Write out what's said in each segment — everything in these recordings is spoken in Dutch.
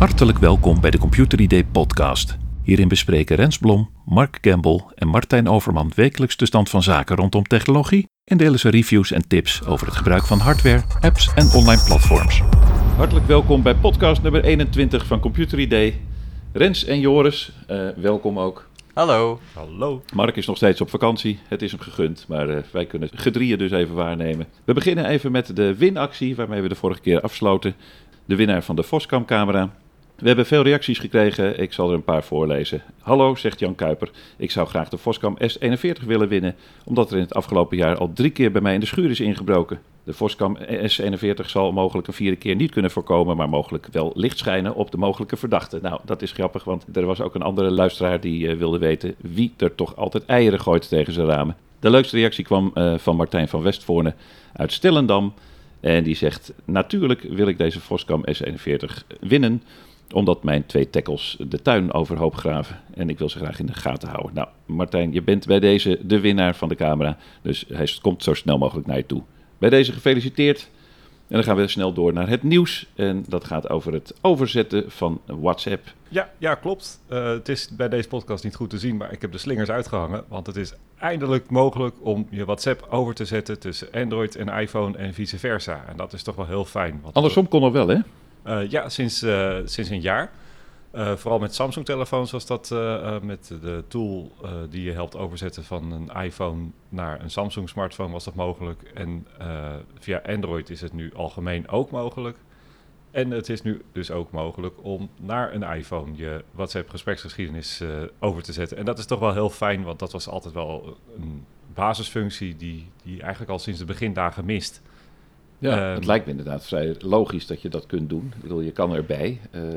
Hartelijk welkom bij de Computer ID podcast. Hierin bespreken Rens Blom, Mark Campbell en Martijn Overman wekelijks de stand van zaken rondom technologie en delen ze reviews en tips over het gebruik van hardware, apps en online platforms. Hartelijk welkom bij podcast nummer 21 van Computer ID. Rens en Joris, welkom ook. Hallo. Hallo. Mark is nog steeds op vakantie, het is hem gegund, maar wij kunnen gedrieën dus even waarnemen. We beginnen even met de winactie waarmee we de vorige keer afsloten. De winnaar van de Voscam camera. We hebben veel reacties gekregen, ik zal er een paar voorlezen. Hallo, zegt Jan Kuiper, ik zou graag de Voscam S41 willen winnen, omdat er in het afgelopen jaar al 3 keer bij mij in de schuur is ingebroken. De Voscam S41 zal mogelijk een 4e keer niet kunnen voorkomen, maar mogelijk wel licht schijnen op de mogelijke verdachte. Nou, dat is grappig, want er was ook een andere luisteraar die wilde weten wie er toch altijd eieren gooit tegen zijn ramen. De leukste reactie kwam van Martijn van Westvoorne uit Stellendam. En die zegt, natuurlijk wil ik deze Voscam S41 winnen, omdat mijn 2 tackles de tuin overhoop graven. En ik wil ze graag in de gaten houden. Nou, Martijn, je bent bij deze de winnaar van de camera. Dus hij komt zo snel mogelijk naar je toe. Bij deze gefeliciteerd. En dan gaan we snel door naar het nieuws. En dat gaat over het overzetten van WhatsApp. Ja, klopt. Het is bij deze podcast niet goed te zien, maar ik heb de slingers uitgehangen. Want het is eindelijk mogelijk om je WhatsApp over te zetten tussen Android en iPhone en vice versa. En dat is toch wel heel fijn. Want Andersom kon nog wel, hè? Ja, sinds een jaar. Vooral met Samsung-telefoons was dat met de tool die je helpt overzetten van een iPhone naar een Samsung-smartphone was dat mogelijk. En via Android is het nu algemeen ook mogelijk. En het is nu dus ook mogelijk om naar een iPhone je WhatsApp-gespreksgeschiedenis over te zetten. En dat is toch wel heel fijn, want dat was altijd wel een basisfunctie die eigenlijk al sinds de begindagen mist. Ja, het lijkt me inderdaad vrij logisch dat je dat kunt doen. Ik bedoel, je kan erbij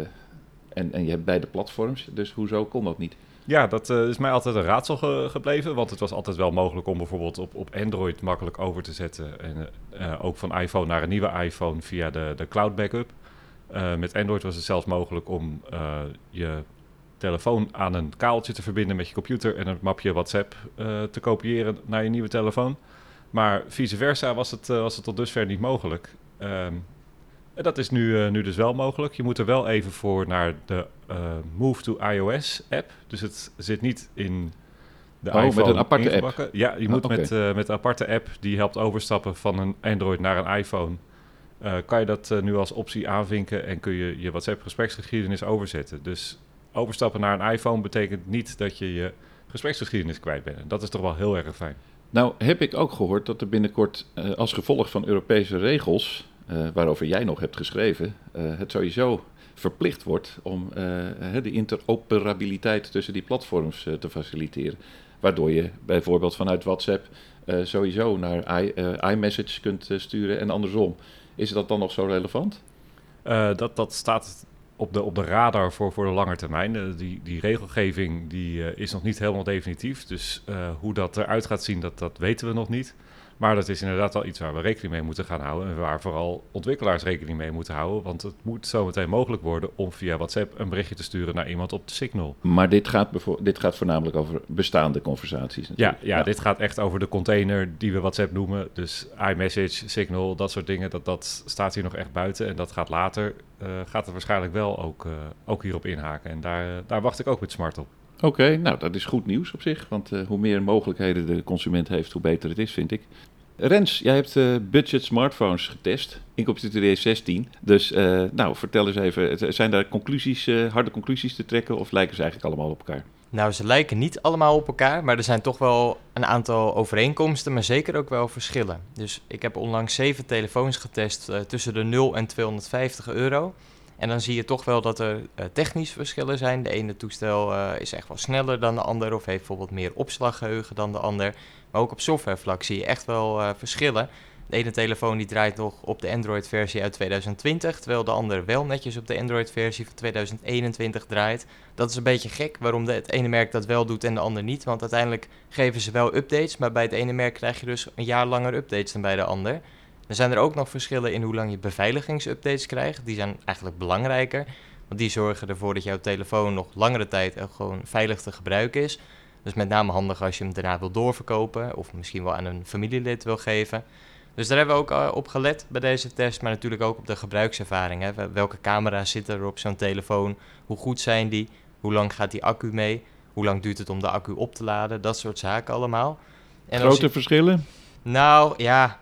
en je hebt beide platforms, dus hoezo kon dat niet? Ja, dat is mij altijd een raadsel gebleven, want het was altijd wel mogelijk om bijvoorbeeld op Android makkelijk over te zetten. En ook van iPhone naar een nieuwe iPhone via de cloud backup. Met Android was het zelfs mogelijk om je telefoon aan een kabeltje te verbinden met je computer en het mapje WhatsApp te kopiëren naar je nieuwe telefoon. Maar vice versa was het tot dusver niet mogelijk. En dat is nu dus wel mogelijk. Je moet er wel even voor naar de Move to iOS app. Dus het zit niet in de iPhone met een aparte ingebakken. app? Ja, je moet Okay. met een aparte app die helpt overstappen van een Android naar een iPhone. Kan je dat nu als optie aanvinken en kun je je WhatsApp gespreksgeschiedenis overzetten. Dus overstappen naar een iPhone betekent niet dat je je gespreksgeschiedenis kwijt bent. En dat is toch wel heel erg fijn. Nou, heb ik ook gehoord dat er binnenkort als gevolg van Europese regels, waarover jij nog hebt geschreven, het sowieso verplicht wordt om de interoperabiliteit tussen die platforms te faciliteren. Waardoor je bijvoorbeeld vanuit WhatsApp sowieso naar iMessage kunt sturen en andersom. Is dat dan nog zo relevant? Dat staat op de radar voor de lange termijn. Die regelgeving is nog niet helemaal definitief. Dus hoe dat eruit gaat zien, dat weten we nog niet. Maar dat is inderdaad wel iets waar we rekening mee moeten gaan houden. En waar vooral ontwikkelaars rekening mee moeten houden. Want het moet zometeen mogelijk worden om via WhatsApp een berichtje te sturen naar iemand op de Signal. Maar dit gaat voornamelijk over bestaande conversaties natuurlijk. Ja, dit gaat echt over de container die we WhatsApp noemen. Dus iMessage, Signal, dat soort dingen. Dat staat hier nog echt buiten. En dat gaat later, gaat er waarschijnlijk wel ook hierop inhaken. En daar wacht ik ook met smart op. Oké, nou dat is goed nieuws op zich. Want hoe meer mogelijkheden de consument heeft, hoe beter het is, vind ik. Rens, jij hebt budget smartphones getest in Computer ID 16. Dus vertel eens even, zijn daar harde conclusies te trekken of lijken ze eigenlijk allemaal op elkaar? Nou, ze lijken niet allemaal op elkaar, maar er zijn toch wel een aantal overeenkomsten, maar zeker ook wel verschillen. Dus ik heb onlangs 7 telefoons getest tussen de 0 en €250. En dan zie je toch wel dat er technische verschillen zijn. De ene toestel is echt wel sneller dan de ander of heeft bijvoorbeeld meer opslaggeheugen dan de ander. Maar ook op softwarevlak zie je echt wel verschillen. De ene telefoon die draait nog op de Android-versie uit 2020, terwijl de andere wel netjes op de Android-versie van 2021 draait. Dat is een beetje gek waarom het ene merk dat wel doet en de ander niet. Want uiteindelijk geven ze wel updates, maar bij het ene merk krijg je dus een jaar langer updates dan bij de ander. Er zijn er ook nog verschillen in hoe lang je beveiligingsupdates krijgt. Die zijn eigenlijk belangrijker, want die zorgen ervoor dat jouw telefoon nog langere tijd gewoon veilig te gebruiken is. Dus met name handig als je hem daarna wil doorverkopen of misschien wel aan een familielid wil geven. Dus daar hebben we ook op gelet bij deze test, maar natuurlijk ook op de gebruikservaring. Hè. Welke camera's zitten er op zo'n telefoon? Hoe goed zijn die? Hoe lang gaat die accu mee? Hoe lang duurt het om de accu op te laden? Dat soort zaken allemaal. En Grote verschillen? Nou ja,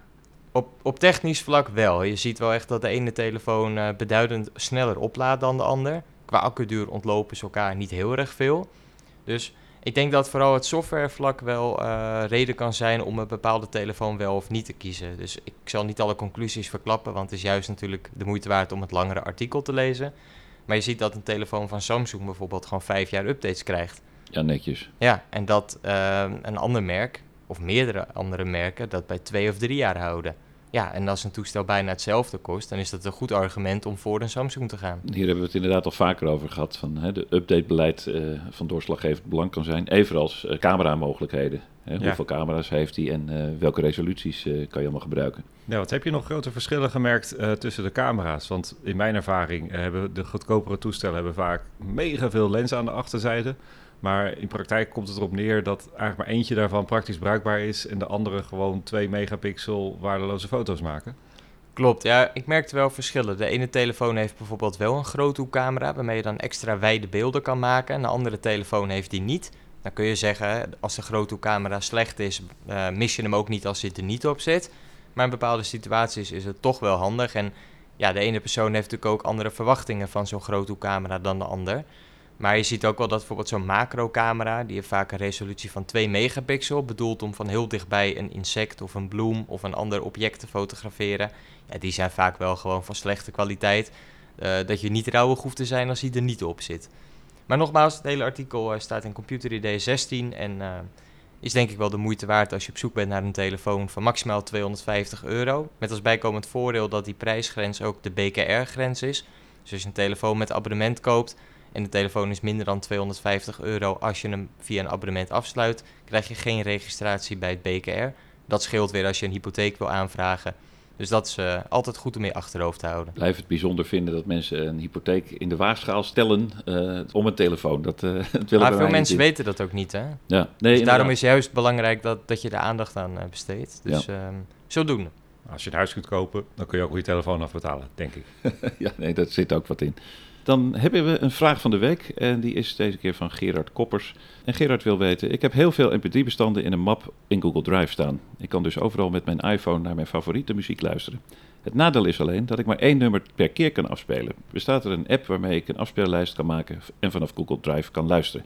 op technisch vlak wel. Je ziet wel echt dat de ene telefoon beduidend sneller oplaadt dan de ander. Qua accuduur ontlopen ze elkaar niet heel erg veel. Dus ik denk dat vooral het softwarevlak wel reden kan zijn om een bepaalde telefoon wel of niet te kiezen. Dus ik zal niet alle conclusies verklappen, want het is juist natuurlijk de moeite waard om het langere artikel te lezen. Maar je ziet dat een telefoon van Samsung bijvoorbeeld gewoon 5 jaar updates krijgt. Ja, netjes. Ja, en dat een ander merk, of meerdere andere merken, dat bij 2 of 3 jaar houden. Ja, en als een toestel bijna hetzelfde kost, dan is dat een goed argument om voor een Samsung te gaan. Hier hebben we het inderdaad al vaker over gehad. Van, de updatebeleid van doorslaggevend belang kan zijn. Evenals cameramogelijkheden. Hoeveel camera's heeft hij en welke resoluties kan je allemaal gebruiken. Ja, wat heb je nog grote verschillen gemerkt tussen de camera's? Want in mijn ervaring hebben de goedkopere toestellen hebben vaak mega veel lenzen aan de achterzijde. Maar in praktijk komt het erop neer dat eigenlijk maar eentje daarvan praktisch bruikbaar is en de andere gewoon 2 megapixel waardeloze foto's maken. Klopt, ja, ik merkte wel verschillen. De ene telefoon heeft bijvoorbeeld wel een groothoekcamera waarmee je dan extra wijde beelden kan maken. En de andere telefoon heeft die niet. Dan kun je zeggen, als de groothoekcamera slecht is, mis je hem ook niet als hij er niet op zit. Maar in bepaalde situaties is het toch wel handig. En ja, de ene persoon heeft natuurlijk ook andere verwachtingen van zo'n groothoekcamera dan de ander. Maar je ziet ook wel dat bijvoorbeeld zo'n macrocamera, die heeft vaak een resolutie van 2 megapixel, bedoeld om van heel dichtbij een insect of een bloem of een ander object te fotograferen. Ja, die zijn vaak wel gewoon van slechte kwaliteit, dat je niet rouwig hoeft te zijn als hij er niet op zit. Maar nogmaals, het hele artikel staat in Computer ID 16 en is denk ik wel de moeite waard als je op zoek bent naar een telefoon van maximaal €250. Met als bijkomend voordeel dat die prijsgrens ook de BKR-grens is. Dus als je een telefoon met abonnement koopt en de telefoon is minder dan €250, als je hem via een abonnement afsluit, krijg je geen registratie bij het BKR. Dat scheelt weer als je een hypotheek wil aanvragen. Dus dat is altijd goed om in je achterhoofd te houden. Blijf het bijzonder vinden dat mensen een hypotheek in de waagschaal stellen om een telefoon. Dat willen Maar veel mensen weten dat ook niet, hè? Ja, nee, dus daarom is juist belangrijk dat je er aandacht aan besteedt. Dus zodoende. Als je een huis kunt kopen, dan kun je ook je telefoon afbetalen, denk ik. Ja, nee, daar zit ook wat in. Dan hebben we een vraag van de week en die is deze keer van Gerard Koppers. En Gerard wil weten, ik heb heel veel mp3-bestanden in een map in Google Drive staan. Ik kan dus overal met mijn iPhone naar mijn favoriete muziek luisteren. Het nadeel is alleen dat ik maar 1 nummer per keer kan afspelen. Bestaat er een app waarmee ik een afspeellijst kan maken en vanaf Google Drive kan luisteren?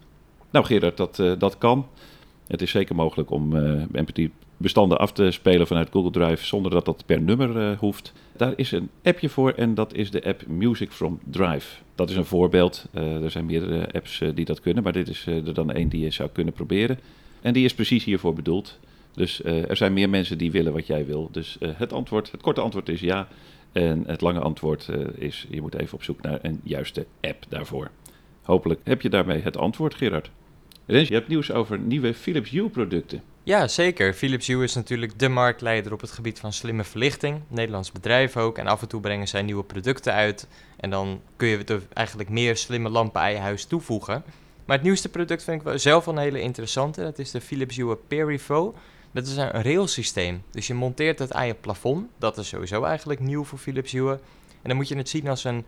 Nou Gerard, dat kan. Het is zeker mogelijk om mp3-bestanden af te spelen vanuit Google Drive zonder dat dat per nummer hoeft. Daar is een appje voor en dat is de app Music from Drive. Dat is een voorbeeld. Er zijn meerdere apps die dat kunnen, maar dit is er dan één die je zou kunnen proberen. En die is precies hiervoor bedoeld. Dus er zijn meer mensen die willen wat jij wil. Dus het korte antwoord is ja. En het lange antwoord is, je moet even op zoek naar een juiste app daarvoor. Hopelijk heb je daarmee het antwoord, Gerard. Rens, je hebt nieuws over nieuwe Philips Hue producten. Ja, zeker. Philips Hue is natuurlijk de marktleider op het gebied van slimme verlichting. Nederlands bedrijf ook. En af en toe brengen zij nieuwe producten uit. En dan kun je er eigenlijk meer slimme lampen aan je huis toevoegen. Maar het nieuwste product vind ik wel zelf een hele interessante. Dat is de Philips Hue Perivo. Dat is een railsysteem. Dus je monteert het aan je plafond. Dat is sowieso eigenlijk nieuw voor Philips Hue. En dan moet je het zien als een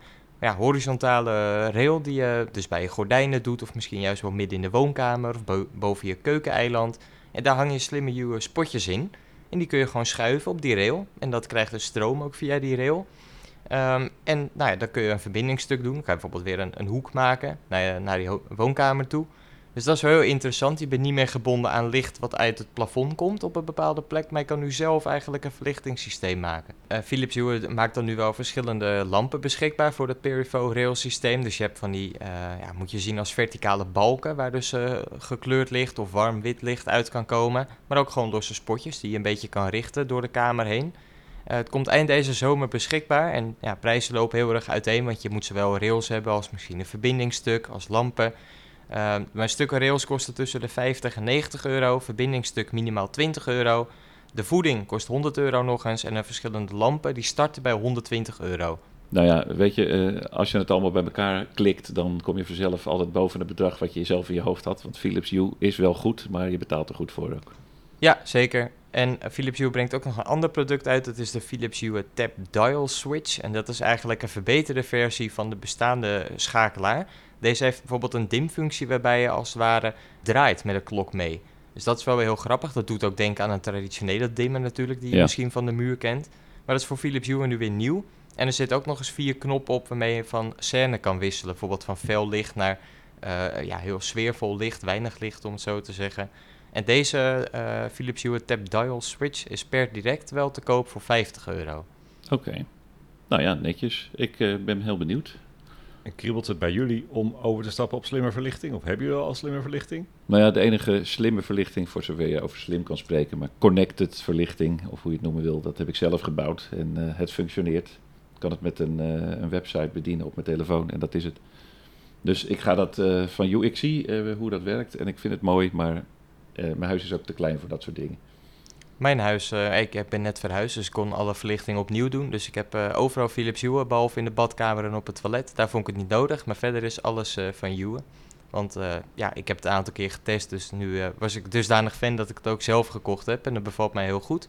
horizontale rail die je dus bij je gordijnen doet. Of misschien juist wel midden in de woonkamer of boven je keukeneiland. En daar hang je slimme Hue spotjes in. En die kun je gewoon schuiven op die rail. En dat krijgt dus stroom ook via die rail. En dan kun je een verbindingsstuk doen. Dan kan je bijvoorbeeld weer een hoek maken naar die woonkamer toe. Dus dat is wel heel interessant. Je bent niet meer gebonden aan licht wat uit het plafond komt op een bepaalde plek. Maar je kan nu zelf eigenlijk een verlichtingssysteem maken. Philips Hue maakt dan nu wel verschillende lampen beschikbaar voor het Perivo railsysteem. Dus je hebt van die, moet je zien als verticale balken waar dus gekleurd licht of warm wit licht uit kan komen. Maar ook gewoon losse spotjes die je een beetje kan richten door de kamer heen. Het komt eind deze zomer beschikbaar en prijzen lopen heel erg uiteen. Want je moet zowel rails hebben als misschien een verbindingsstuk, als lampen. Mijn stukken rails kosten tussen de €50 en €90. Verbindingsstuk minimaal €20. De voeding kost €100 nog eens. En de verschillende lampen die starten bij €120. Nou ja, weet je, als je het allemaal bij elkaar klikt, dan kom je vanzelf altijd boven het bedrag wat je zelf in je hoofd had. Want Philips Hue is wel goed, maar je betaalt er goed voor ook. Ja, zeker. En Philips Hue brengt ook nog een ander product uit. Dat is de Philips Hue Tap Dial Switch. En dat is eigenlijk een verbeterde versie van de bestaande schakelaar. Deze heeft bijvoorbeeld een dimfunctie waarbij je als het ware draait met de klok mee. Dus dat is wel weer heel grappig. Dat doet ook denken aan een traditionele dimmer natuurlijk, die je misschien van de muur kent. Maar dat is voor Philips Hue nu weer nieuw. En er zit ook nog eens 4 knoppen op waarmee je van scène kan wisselen. Bijvoorbeeld van fel licht naar heel sfeervol licht, weinig licht om het zo te zeggen. En deze Philips Hue Tap Dial Switch is per direct wel te koop voor €50. Oké. Nou ja, netjes. Ik ben heel benieuwd. En kriebelt het bij jullie om over te stappen op slimme verlichting? Of hebben jullie al slimme verlichting? Nou ja, de enige slimme verlichting, voor zover je over slim kan spreken, maar connected verlichting, of hoe je het noemen wil, dat heb ik zelf gebouwd en het functioneert. Ik kan het met een website bedienen op mijn telefoon en dat is het. Dus ik ga dat van you, ik zie hoe dat werkt en ik vind het mooi, maar mijn huis is ook te klein voor dat soort dingen. Mijn huis, ik ben net verhuisd, dus ik kon alle verlichting opnieuw doen. Dus ik heb overal Philips Hue, behalve in de badkamer en op het toilet. Daar vond ik het niet nodig, maar verder is alles van Hue. Want ik heb het een aantal keer getest, dus nu was ik dusdanig fan dat ik het ook zelf gekocht heb. En dat bevalt mij heel goed.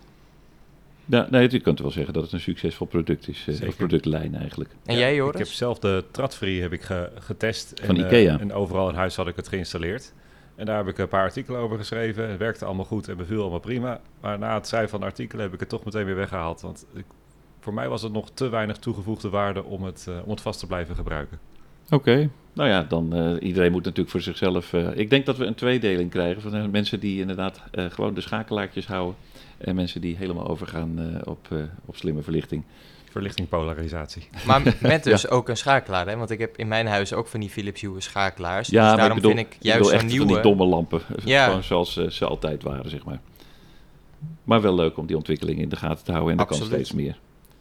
Ja, nee, je kunt wel zeggen dat het een succesvol product is, of productlijn eigenlijk. En jij, Joris? Ik heb zelf de Tradfree getest. Van Ikea. En overal in huis had ik het geïnstalleerd. En daar heb ik een paar artikelen over geschreven. Het werkte allemaal goed en beviel allemaal prima. Maar na het schrijven van de artikelen heb ik het toch meteen weer weggehaald. Want voor mij was het nog te weinig toegevoegde waarde om het vast te blijven gebruiken. Oké. Nou ja, dan iedereen moet natuurlijk voor zichzelf... ik denk dat we een tweedeling krijgen van mensen die inderdaad gewoon de schakelaartjes houden. En mensen die helemaal overgaan op slimme verlichting. Verlichtingpolarisatie. Maar met dus ook een schakelaar, hè? Want ik heb in mijn huis ook van die Philips Hue schakelaars. Ja, dus maar daarom vind ik juist zo'n nieuwe... van die domme lampen. Ja. Gewoon zoals ze altijd waren, zeg maar. Maar wel leuk om die ontwikkeling in de gaten te houden. En dat kan steeds meer.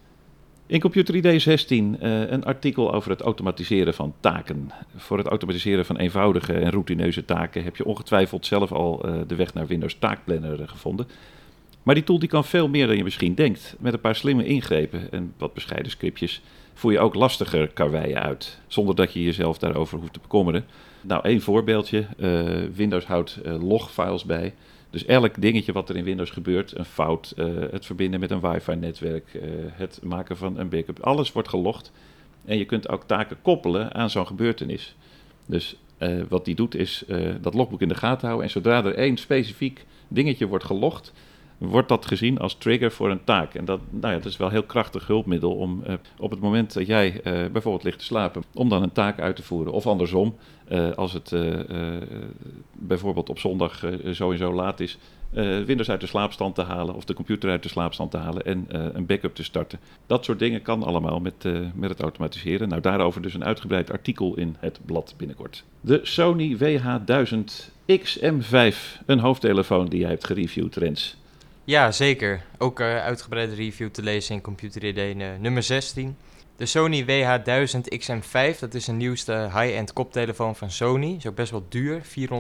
In Computer ID 16 een artikel over het automatiseren van taken. Voor het automatiseren van eenvoudige en routineuze taken heb je ongetwijfeld zelf al de weg naar Windows Taakplanner gevonden. Maar die tool die kan veel meer dan je misschien denkt. Met een paar slimme ingrepen en wat bescheiden scriptjes voer je ook lastiger karweien uit. Zonder dat je jezelf daarover hoeft te bekommeren. Nou, één voorbeeldje. Windows houdt logfiles bij. Dus elk dingetje wat er in Windows gebeurt, een fout, het verbinden met een wifi-netwerk, het maken van een backup, alles wordt gelogd. En je kunt ook taken koppelen aan zo'n gebeurtenis. Dus wat die doet is dat logboek in de gaten houden. En zodra er één specifiek dingetje wordt gelogd, wordt dat gezien als trigger voor een taak. En dat is wel een heel krachtig hulpmiddel om op het moment dat jij bijvoorbeeld ligt te slapen, om dan een taak uit te voeren. Of andersom, als het bijvoorbeeld op zondag zo en zo laat is, Windows uit de slaapstand te halen of de computer uit de slaapstand te halen en een backup te starten. Dat soort dingen kan allemaal met het automatiseren. Nou, daarover dus een uitgebreid artikel in het blad binnenkort. De Sony WH-1000 XM5, een hoofdtelefoon die jij hebt gereviewd, Rens. Ja, zeker. Ook uitgebreide review te lezen in Computer ID nummer 16. De Sony WH-1000 XM5, dat is een nieuwste high-end koptelefoon van Sony. Is ook best wel duur,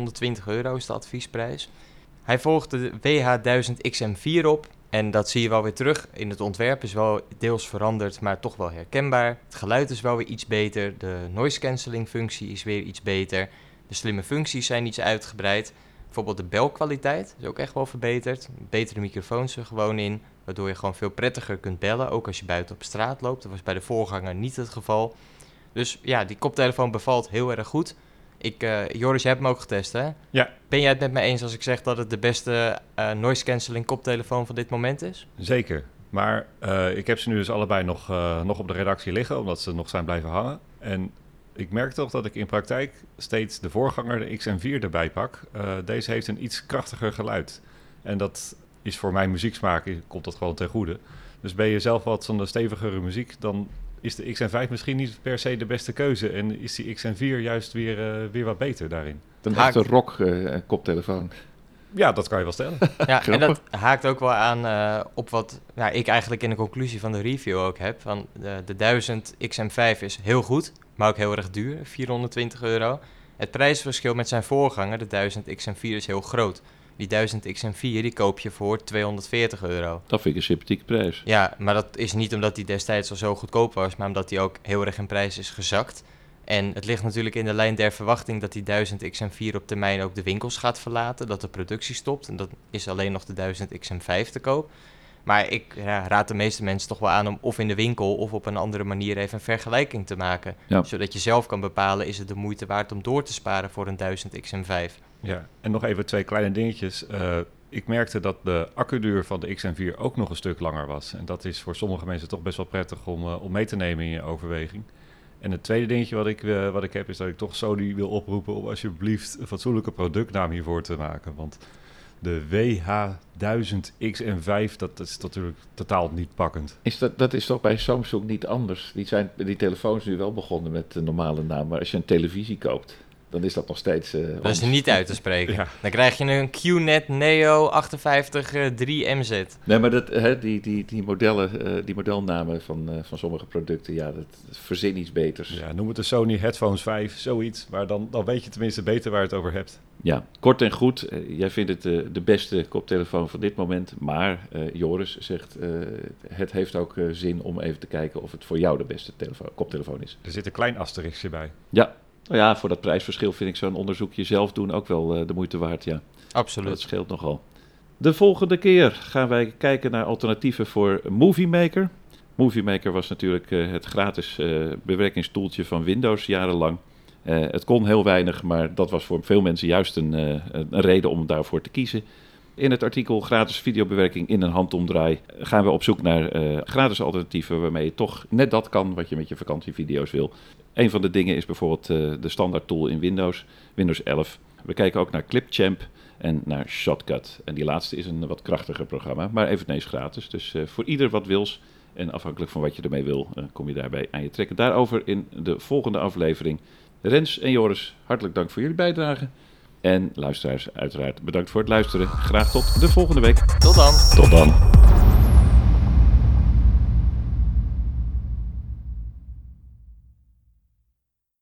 €420 is de adviesprijs. Hij volgt de WH-1000 XM4 op en dat zie je wel weer terug. In het ontwerp is wel deels veranderd, maar toch wel herkenbaar. Het geluid is wel weer iets beter, de noise cancelling functie is weer iets beter. De slimme functies zijn iets uitgebreid. Bijvoorbeeld de belkwaliteit is ook echt wel verbeterd. Betere microfoons er gewoon in, waardoor je gewoon veel prettiger kunt bellen, ook als je buiten op straat loopt. Dat was bij de voorganger niet het geval. Dus ja, die koptelefoon bevalt heel erg goed. Joris, jij hebt hem ook getest, hè? Ja. Ben jij het met me eens als ik zeg dat het de beste noise cancelling koptelefoon van dit moment is? Zeker. Maar ik heb ze nu dus allebei nog op de redactie liggen, omdat ze nog zijn blijven hangen. En ik merk toch dat ik in praktijk steeds de voorganger, de XM4, erbij pak. Deze heeft een iets krachtiger geluid. En dat is voor mijn muzieksmaak, komt dat gewoon ten goede. Dus ben je zelf wat van de stevigere muziek, dan is de XM5 misschien niet per se de beste keuze. En is die XM4 juist weer wat beter daarin. Een echte rock koptelefoon. Ja, dat kan je wel stellen. Ja, en dat haakt ook wel aan op wat ik eigenlijk in de conclusie van de review ook heb. Van de 1000 XM5 is heel goed, maar ook heel erg duur, €420. Het prijsverschil met zijn voorganger, de 1000 XM4, is heel groot. Die 1000 XM4 die koop je voor €240. Dat vind ik een sympathieke prijs. Ja, maar dat is niet omdat die destijds al zo goedkoop was, maar omdat die ook heel erg in prijs is gezakt. En het ligt natuurlijk in de lijn der verwachting dat die 1000 XM4 op termijn ook de winkels gaat verlaten, dat de productie stopt. En dat is alleen nog de 1000 XM5 te koop. Maar ik raad de meeste mensen toch wel aan om of in de winkel of op een andere manier even een vergelijking te maken. Ja. Zodat je zelf kan bepalen, is het de moeite waard om door te sparen voor een 1000 XM5. Ja, en nog even 2 kleine dingetjes. Ik merkte dat de accuduur van de XM4 ook nog een stuk langer was. En dat is voor sommige mensen toch best wel prettig om mee te nemen in je overweging. En het tweede dingetje wat ik heb is dat ik toch Sony wil oproepen om alsjeblieft een fatsoenlijke productnaam hiervoor te maken. Want de WH1000XM5, dat is natuurlijk totaal niet pakkend. Dat is toch bij Samsung niet anders? Die telefoons nu wel begonnen met de normale naam, maar als je een televisie koopt, dan is dat nog steeds... Dat is niet uit te spreken. Ja. Dan krijg je een QNET Neo 58 3MZ. Nee, maar die modelnamen van sommige producten, ja, dat verzin iets beters. Ja, noem het de Sony Headphones 5, zoiets. Maar dan weet je tenminste beter waar je het over hebt. Ja, kort en goed. Jij vindt het de beste koptelefoon van dit moment. Maar Joris zegt, het heeft ook zin om even te kijken of het voor jou de beste koptelefoon is. Er zit een klein asteriskje bij. Ja, nou ja, voor dat prijsverschil vind ik zo'n onderzoekje zelf doen ook wel de moeite waard, ja. Absoluut. Dat scheelt nogal. De volgende keer gaan wij kijken naar alternatieven voor Movie Maker. Movie Maker was natuurlijk het gratis bewerkingstoeltje van Windows jarenlang. Het kon heel weinig, maar dat was voor veel mensen juist een reden om daarvoor te kiezen. In het artikel gratis videobewerking in een handomdraai gaan we op zoek naar gratis alternatieven waarmee je toch net dat kan wat je met je vakantievideo's wil. Een van de dingen is bijvoorbeeld de standaard tool in Windows 11. We kijken ook naar Clipchamp en naar Shotcut. En die laatste is een wat krachtiger programma, maar eveneens gratis. Dus voor ieder wat wils en afhankelijk van wat je ermee wil, kom je daarbij aan je trekken. Daarover in de volgende aflevering. Rens en Joris, hartelijk dank voor jullie bijdrage. En luisteraars, uiteraard bedankt voor het luisteren. Graag tot de volgende week. Tot dan. Tot dan.